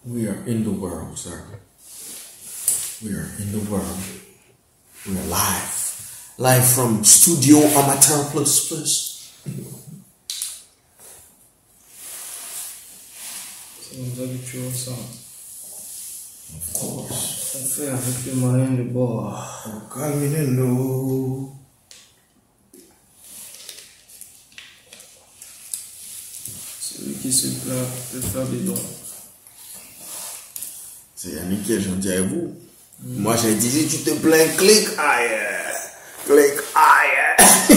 We are in the world, sir. We are in the world. We are live. Live from Studio Amateur Plus Plus. C'est comme ça que tu ressens. Of course. On fait avec le moyen de bord. Caminando. Celui qui se plaint peut faire des dons. C'est Yannick qui est gentil avec vous. Moi, j'ai dit, si tu te plains, clique ailleurs. Clique ailleurs.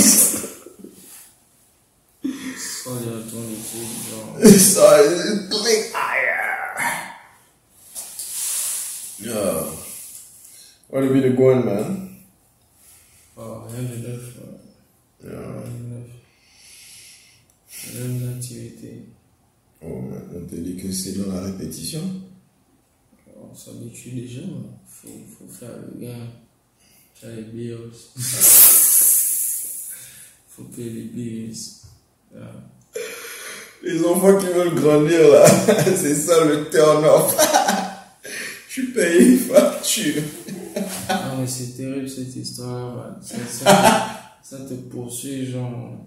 Sans dire ton équipe, genre. Ça, clique ailleurs. Yeah. What have you been going, man? Oh, rien de neuf. Yeah. Rien de neuf. Rien d'activité. Oh, man, on te dit que c'est dans la répétition. On s'habitue déjà. Faut faire le gain. Faire les bills. Faut payer les bills. Yeah. Les enfants qui veulent grandir, là, c'est ça le turn-off. Tu payes une facture. Ah, mais c'est terrible cette histoire, man. Ça te poursuit, genre.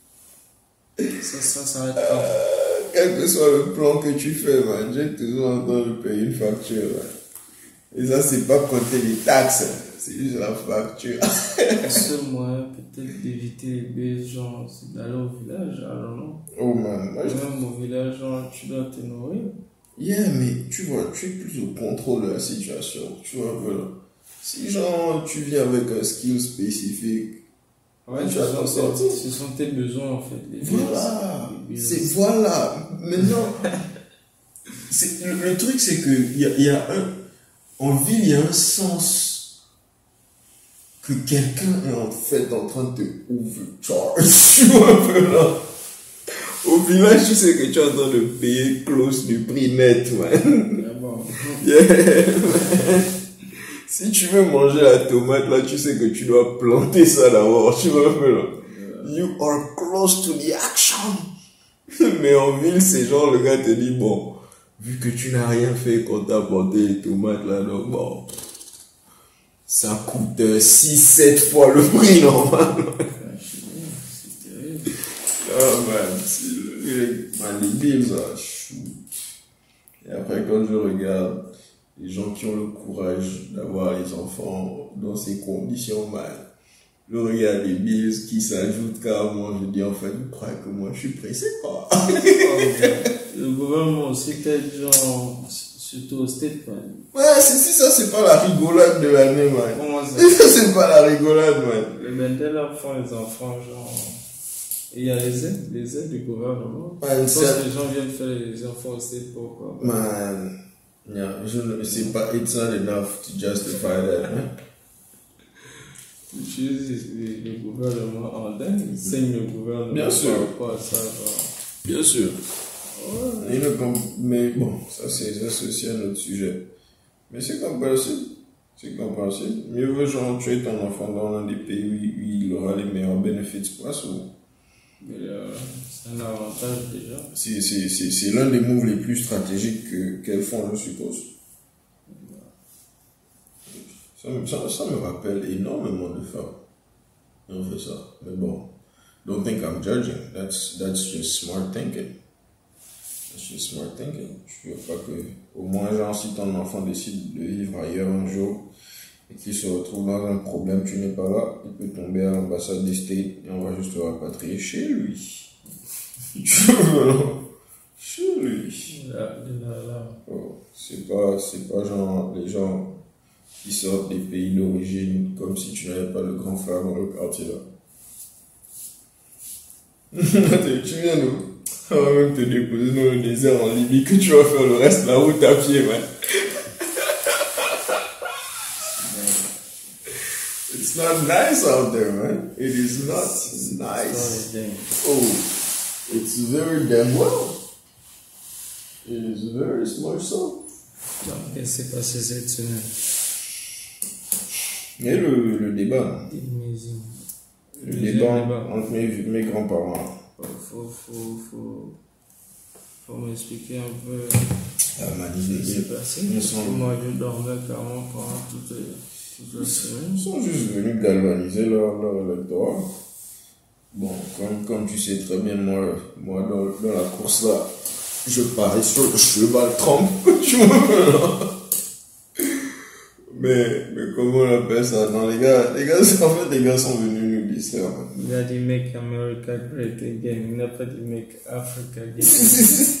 Ça s'arrête pas. Quel que soit le plan que tu fais, man, j'ai toujours en train de payer une facture. Man. Et ça, c'est pas compter les taxes, c'est juste la facture. Le seul moyen peut-être d'éviter les baies, genre, c'est d'aller au village, alors non. Oh man, moi, Même au village, genre, tu dois te nourrir. Yeah, mais tu vois, tu es plus au contrôle de la situation. Tu vois, voilà. Si, genre, tu viens avec un skill spécifique, Ouais, tu vas t'en sortir. ce sont tes besoins, en fait. Les Voilà. bills. C'est voilà. Maintenant, le truc, c'est que il y a un, en ville, il y a un sens que quelqu'un est en fait en train de overcharge. Tu vois un peu là. Au village, tu sais que tu es en train de payer close du prix net, man. Ah bon. Yeah, man. Si tu veux manger la tomate, là, tu sais que tu dois planter ça d'abord. Tu vois un peu là. You are close to the action. Mais en ville, c'est genre, le gars te dit, bon, vu que tu n'as rien fait quand t'as planté les tomates, là, donc bon, ça coûte 6-7 fois le prix normal. C'est terrible. Ah, man, les bills, ça, shoot. Et après, quand je regarde les gens qui ont le courage d'avoir les enfants dans ces conditions, man, je regarde les bills qui s'ajoutent carrément, je dis, en fait, je crois que moi, je suis pressé, quoi. Oh, le gouvernement aussi, peut-être, genre, surtout au state, man. Ouais, ça, c'est pas la rigolade de l'année, man. Comment ça? Ça, c'est pas la rigolade, man. Les Mandela font les enfants, genre. Et il y a les aides du gouvernement. Ouais, Je pense que les gens viennent faire les enfants au state pourquoi? Man, yeah, c'est pas, it's not enough to justify that, man. Tu utilises le gouvernement en dingue, ils saignent le gouvernement. Bien sûr. Par rapport à ça, genre. Bien sûr. Ouais. Mais bon, ça c'est aussi un autre sujet. Mais c'est compréhensible. C'est compréhensible. Mieux vaut genre tuer ton enfant dans l'un des pays où il aura les meilleurs bénéfices possibles. Mais c'est un avantage déjà. C'est l'un des moves les plus stratégiques qu'elles font, je suppose. Ça me rappelle énormément de femmes. On fait ça. Mais bon, don't think I'm judging. That's just smart thinking. That's just smart thinking. Je veux pas que, au moins, genre, si ton enfant décide de vivre ailleurs un jour et qu'il se retrouve dans un problème, tu n'es pas là, il peut tomber à l'ambassade des States et on va juste le rapatrier chez lui. Chez lui. Là. Oh, c'est pas genre les gens qui sortent des pays d'origine comme si tu n'avais pas le grand frère dans le quartier là. Tu viens d'où? On va même te déposer dans le désert en Libye que tu vas faire le reste de la route à pied, man. It's not nice out there, man. It is not nice. Oh, it's very damn well. It is very much so. Qu'est-ce qui s'est passé cette semaine? Et le débat. Le débat entre mes grands-parents. Faut Faut m'expliquer un peu Ah, man, ce qui s'est passé. ils Parce sont, que moi, je dormais carrément pendant toute la ils semaine. sont juste venus galvaniser leur électorat. Bon, comme tu sais très bien, moi dans la course là, je parie sur le cheval Trump, tu vois. Mais comment on appelle ça? Non, les gars, en fait, les gars sont venus nous distraire, man. Il a dit Make America Great Again. Il n'a pas dit Make Africa Great Again.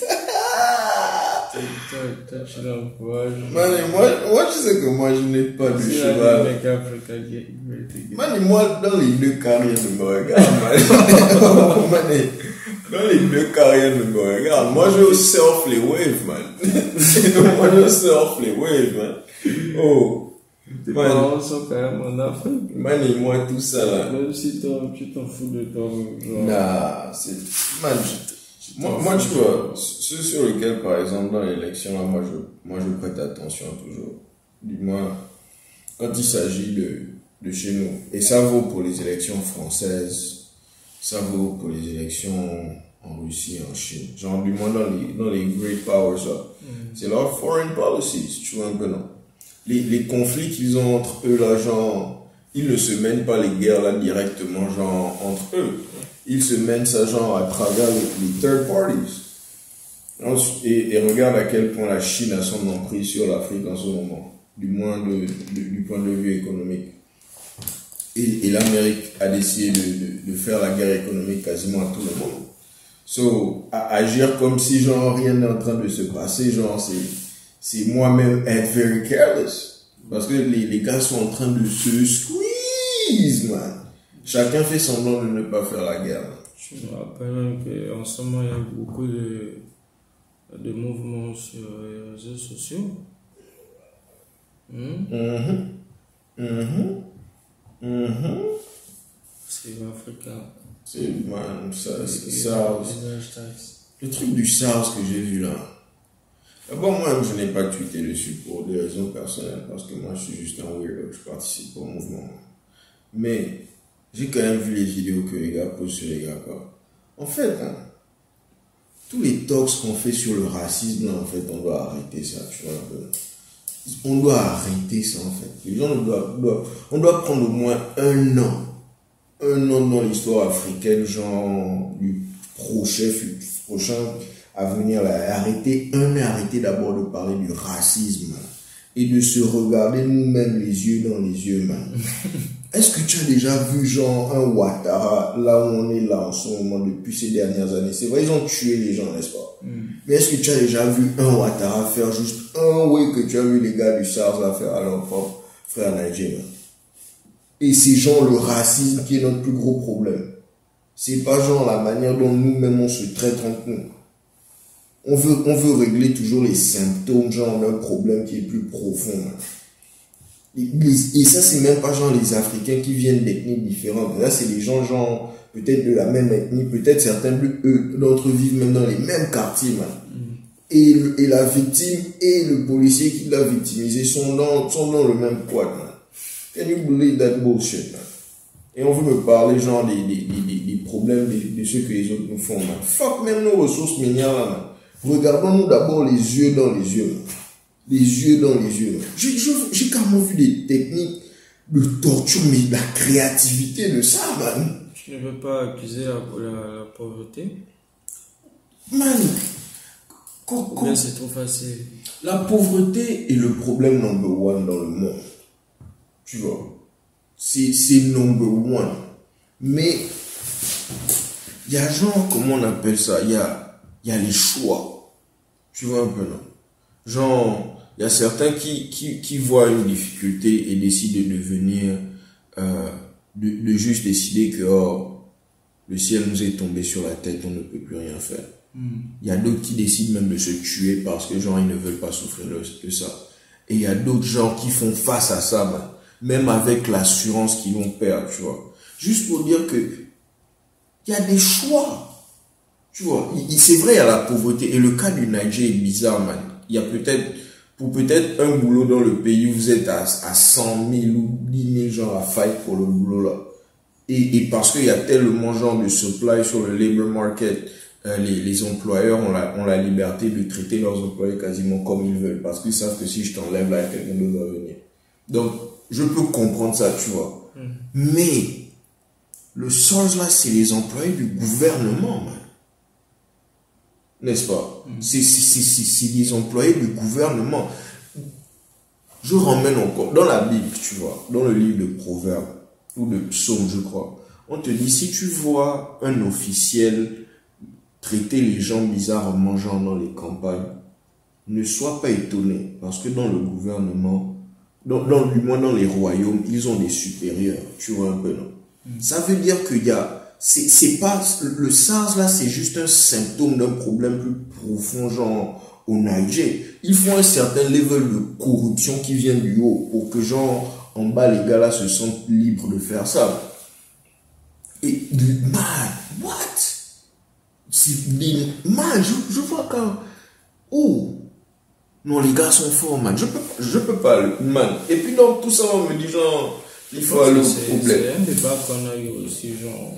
Toi, tu l'encourages. Man, et moi, tu sais que moi, je n'ai pas de Il a dit cheval. Make Africa Great Again. Man, et moi, dans les deux carrières de me regarde, man. Man, et dans les deux carrières de me regarde. Moi, je surfe les waves, man. Moi, je surfe les waves, man. Oh. Tes Man, parents sont quand même en Afrique. man et moi, tout ça là. Même si tu t'en fous de toi-même. Genre, Nah, c'est. Man, moi, tu vois, ceux sur lesquels, par exemple, dans l'élection, là, moi, je prête attention toujours. Dis-moi, quand il s'agit de chez nous, et ça vaut pour les élections françaises, ça vaut pour les élections en Russie, en Chine. Genre, dis-moi, dans les great powers, là, c'est leur foreign policies, tu vois un peu, non? Les conflits qu'ils ont entre eux, là, genre, ils ne se mènent pas les guerres, là, directement, genre, entre eux. Ils se mènent ça, genre, à travers les third parties. Et regarde à quel point la Chine a son emprise sur l'Afrique en ce moment, du moins du point de vue économique. Et l'Amérique a décidé de faire la guerre économique quasiment à tout le monde. So, agir comme si, genre, rien n'est en train de se passer, genre, c'est moi-même être very careless. Parce que les gars sont en train de se squeeze, man. Chacun fait semblant de ne pas faire la guerre. je me rappelle même qu'en ce moment, il y a beaucoup de mouvements sur les réseaux sociaux. C'est africain. C'est, man, ça, Les hashtags. le truc du SARS que j'ai vu là. D'abord, moi, je n'ai pas tweeté dessus pour des raisons personnelles, parce que moi, je suis juste un weirdo, je participe pas au mouvement. Mais, j'ai quand même vu les vidéos que les gars posent sur les gars, quoi. En fait, hein, tous les talks qu'on fait sur le racisme, là, en fait, on doit arrêter ça, tu vois, un peu. On doit arrêter ça, en fait. Les gens on doit prendre au moins un an dans l'histoire africaine, genre, du prochain à venir là, arrêter d'abord de parler du racisme et de se regarder nous-mêmes les yeux dans les yeux, man. Est-ce que tu as déjà vu genre un Ouattara là où on est là en ce moment depuis ces dernières années? C'est vrai, ils ont tué les gens, n'est-ce pas? Mais est-ce que tu as déjà vu un Ouattara faire juste un way que tu as vu les gars du SARS là faire à leur propre frère Niger? Et c'est genre le racisme qui est notre plus gros problème. C'est pas genre la manière dont nous-mêmes on se traite entre nous. On veut régler toujours les symptômes, genre d'un problème qui est plus profond. Et ça, c'est même pas genre les Africains qui viennent d'ethnies différentes. Là, c'est les gens, genre, peut-être de la même ethnie, peut-être certains d'entre eux vivent même dans les mêmes quartiers, man. Et la victime et le policier qui l'a victimisé sont dans le même quad, man. Can you believe that bullshit, man? Et on veut me parler, genre, des problèmes de ce que les autres nous font, man. Fuck même nos ressources minières, là, man. Regardons-nous d'abord les yeux dans les yeux. Les yeux dans les yeux. J'ai carrément vu des techniques de torture, mais la créativité de ça, man. Tu ne veux pas accuser la pauvreté? Man, Bien, c'est trop facile. la pauvreté est le problème number one dans le monde. Tu vois. C'est number one. Mais, il y a genre, comment on appelle ça? Il y a les choix. Tu vois un peu, non? Genre, il y a certains qui voient une difficulté et décident de devenir, de juste décider que, oh, le ciel nous est tombé sur la tête, on ne peut plus rien faire. Il y a d'autres qui décident même de se tuer parce que, genre, ils ne veulent pas souffrir de ça. Et il y a d'autres gens qui font face à ça, man, même avec l'assurance qu'ils vont perdre, tu vois. Juste pour dire que, il y a des choix. Tu vois, c'est vrai, il y a la pauvreté. Et le cas du Niger est bizarre, man. Il y a peut-être un boulot dans le pays, vous êtes à 100 000 ou 10 000 gens à fight pour le boulot là. Et parce qu'il y a tellement genre de supply sur le labor market les employeurs ont la liberté de traiter leurs employés quasiment comme ils veulent, parce qu'ils savent que si je t'enlève là, quelqu'un d'autre va venir. Donc, je peux comprendre ça, tu vois. Mais, le source là, c'est les employés du gouvernement, man. N'est-ce pas? C'est des employés du gouvernement. Je ramène encore, dans la Bible, tu vois, dans le livre de Proverbes, ou de Psaumes, je crois, on te dit, si tu vois un officiel traiter les gens bizarres en mangeant dans les campagnes, ne sois pas étonné, parce que dans le gouvernement, du moins dans les royaumes, ils ont des supérieurs, tu vois un peu, non? Ça veut dire qu'il y a, c'est pas, le SARS là, c'est juste un symptôme d'un problème plus profond, genre, au Niger. Il faut un certain level de corruption qui vient du haut, pour que genre, en bas, les gars là se sentent libres de faire ça. Et, man, what? Man, je vois quand, oh, non, les gars sont forts, man. Je peux pas, man. Et puis, donc, tout ça, on me dit, genre, il faut aller au problème. C'est un débat qu'on a eu aussi, genre,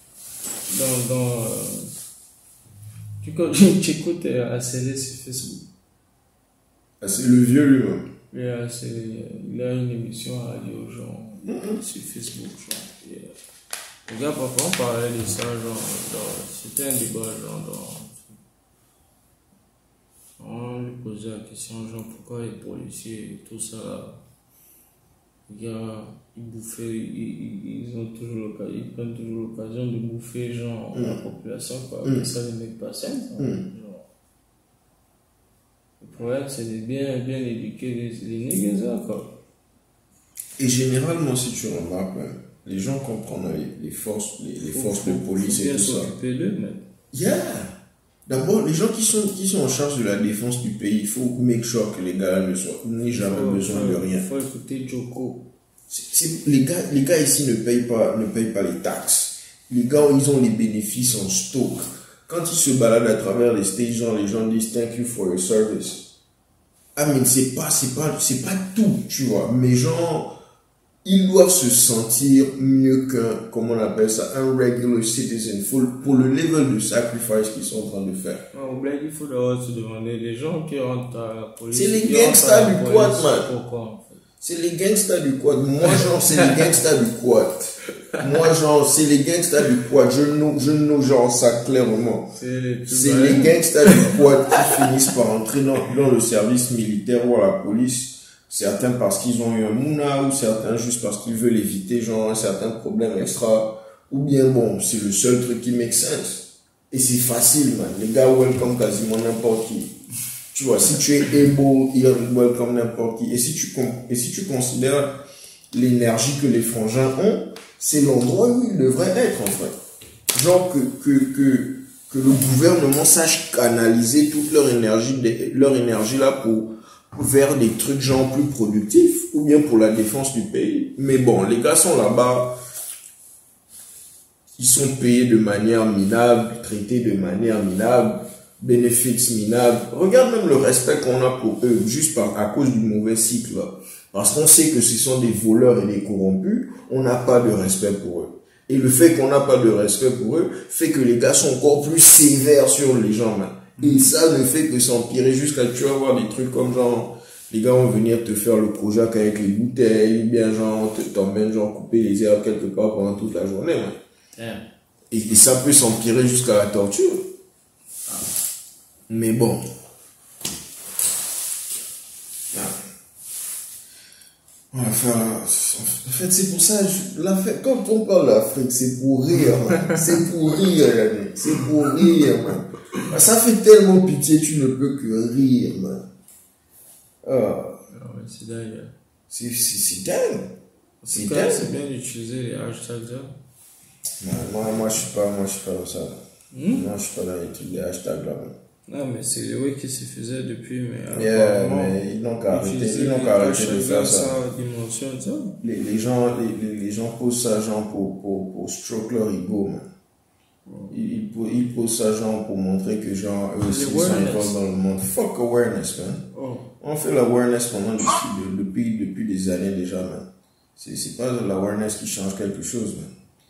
tu écoutes ACD sur Facebook. Ah, c'est le vieux lui-même. Il a une émission à radio, genre, sur Facebook, genre. Les gars, parfois, on parlait de ça, genre, c'était un débat, genre, on lui posait la question, genre, pourquoi les policiers et tout ça, là, les gars, ils bouffaient, ils prennent toujours l'occasion de bouffer, genre, la population, quoi, que ça les met pas sains, genre. Le problème, c'est de bien éduquer les nègres, là, quoi. Et généralement, si tu remarques, les gens comprennent les forces de police et tout ça. S'occuper d'eux, mais... Yeah! D'abord, les gens qui sont en charge de la défense du pays, il faut make sure que les gars n'aient jamais besoin de rien. Il faut écouter Joko. Les gars ici ne payent pas les taxes. Les gars, ils ont les bénéfices en stock. Quand ils se baladent à travers les stations, les gens disent thank you for your service. Ah, mais c'est pas tout, tu vois. Mais genre, ils doivent se sentir mieux qu'un, comment on appelle ça, un regular citizen pour le level de sacrifice qu'ils sont en train de faire. On oublie qu'il faut d'abord se demander, les gens qui rentrent à la police. C'est les gangsters du quad, man. Pourquoi, en fait? C'est les gangsters du quad. Moi, genre, c'est les gangsters du quad. Moi, genre, c'est les gangsters du quad. Je nomme genre ça clairement. C'est les gangsters du quad qui finissent par entrer dans le service militaire ou à la police. Certains parce qu'ils ont eu un mouna, ou certains juste parce qu'ils veulent éviter genre un certain problème extra, ou bien bon, c'est le seul truc qui make sense. Et c'est facile, man. Les gars welcome quasiment n'importe qui. Tu vois, si tu es able, ils welcome n'importe qui. Et si tu considères l'énergie que les frangins ont, c'est l'endroit où ils devraient être, en fait. Genre que le gouvernement sache canaliser toute leur énergie là vers des trucs genre plus productifs ou bien pour la défense du pays. Mais bon, les gars sont là-bas, ils sont payés de manière minable, traités de manière minable, bénéfices minables. Regarde même le respect qu'on a pour eux, juste à cause du mauvais cycle là. Parce qu'on sait que ce sont des voleurs et des corrompus, on n'a pas de respect pour eux. Et le fait qu'on n'a pas de respect pour eux fait que les gars sont encore plus sévères sur les gens, man. Et ça ne fait que s'empirer jusqu'à tu vas voir des trucs comme genre, les gars vont venir te faire le Projac avec les bouteilles, ou bien genre, t'emmènent genre couper les herbes quelque part pendant toute la journée, man. Yeah. Et ça peut s'empirer jusqu'à la torture. Ah. Mais bon. Enfin, en fait, c'est pour ça, quand on parle d'Afrique, c'est pour rire, man. C'est pour rire, Yannick. C'est pour rire, man. Ça fait tellement pitié, tu ne peux que rire, man. Ah ouais, c'est dingue. C'est dingue. C'est dingue. C'est bien d'utiliser les hashtags, là. Moi, je suis pas dans ça. Moi, je suis pas dans les trucs des hashtags, là. Non, mais c'est oui qui se faisait depuis, mais... mais ils n'ont qu'à arrêter de faire ça. Les gens posent ça genre pour stroke leur ego, man. Ils posent ça genre pour montrer que genre eux aussi sont involvés dans le monde. Fuck awareness, man. On fait l'awareness pendant depuis des années déjà, man. C'est pas l'awareness qui change quelque chose, man.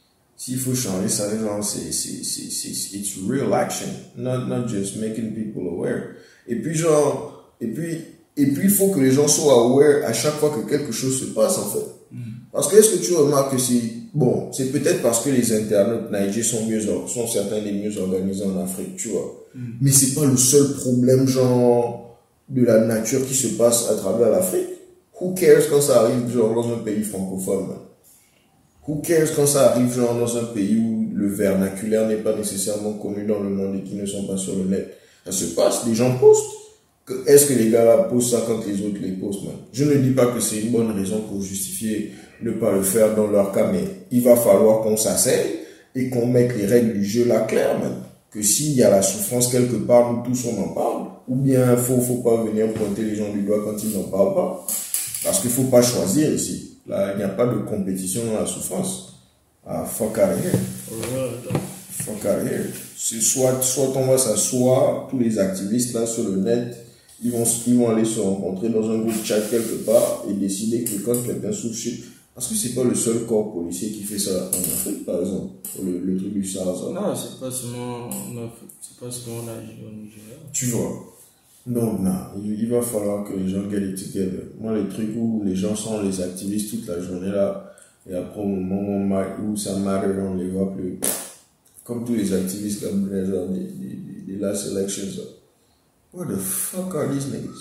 S'il faut changer ça, genre, it's real action, not just making people aware. Et puis, genre, il faut que les gens soient aware à chaque fois que quelque chose se passe, en fait. Parce que, est-ce que tu remarques que c'est peut-être parce que les internautes nigériens sont certains des mieux organisés en Afrique, tu vois. Mais c'est pas le seul problème, genre, de la nature qui se passe à travers l'Afrique. Who cares quand ça arrive, genre, dans un pays francophone, man? Who cares quand ça arrive, genre, dans un pays où le vernaculaire n'est pas nécessairement connu dans le monde et qui ne sont pas sur le net? Ça se passe, les gens postent. Est-ce que les gars là postent ça quand les autres les postent, man? Je ne dis pas que c'est une bonne raison pour justifier ne pas le faire dans leur cas, mais il va falloir qu'on s'asseye et qu'on mette les règles du jeu là claires, man. Que s'il y a la souffrance quelque part, nous tous on en parle, ou bien faut pas venir pointer les gens du doigt quand ils n'en parlent pas. Parce qu'il faut pas choisir ici. Là, il n'y a pas de compétition dans la souffrance. Ah, fuck out of here. Fuck out of here. C'est soit on va s'asseoir, tous les activistes là sur le net, ils vont aller se rencontrer dans un groupe chat quelque part et décider que quand quelqu'un souffre shit. Parce que c'est pas le seul corps policier qui fait ça en Afrique, par exemple, pour le truc du Sahara. Non, c'est pas seulement en Afrique, c'est pas seulement au Nigeria. Tu vois. Non, il va falloir que les gens get it together. Moi, les trucs où les gens sont les activistes toute la journée là, et après au moment où ça matter, on les voit plus. Comme tous les activistes comme genre des last elections. Là. What the fuck are these niggas?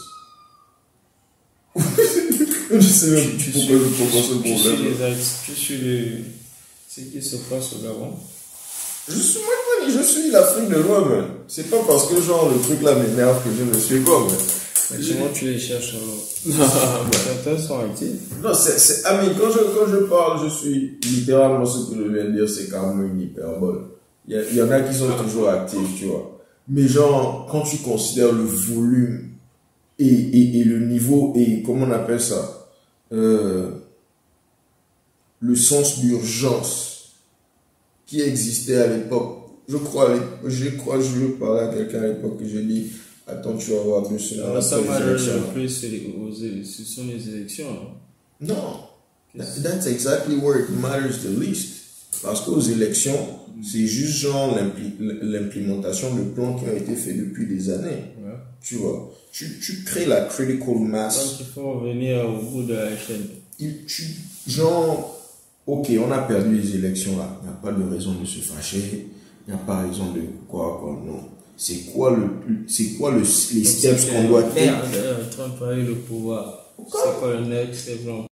Je sais même pourquoi je propose ce problème. Tu suis ce qui se passe au Gabon. Je suis l'Afrique de loin, man. C'est pas parce que genre le truc là m'énerve que je me suis quoi, man. Mais comment tu les cherches alors? Certains sont actifs. Non, quand je parle, je suis littéralement ce que je viens de dire, c'est quand même une hyperbole. Il y en a qui sont toujours actifs, tu vois. Mais genre, quand tu considères le volume et le niveau et comment on appelle ça, le sens d'urgence qui existait à l'époque. Je veux parler à quelqu'un à l'époque que j'ai dit, attends, tu vas voir 2 semaines. Alors, ça m'a le plus, ce sont les élections. Hein. Non, that's exactly where it matters the least. Parce qu'aux élections, c'est juste genre l'implémentation de plans qui ont été faits depuis des années. Ouais. Tu vois, tu crées la critical mass. Donc il faut revenir au bout de la chaîne. Genre, ok, on a perdu les élections là. Il n'y a pas de raison de se fâcher. Il n'y a pas raison de quoi, non. C'est quoi les steps qu'on doit faire? Trump a eu le pouvoir. C'est quoi le next step?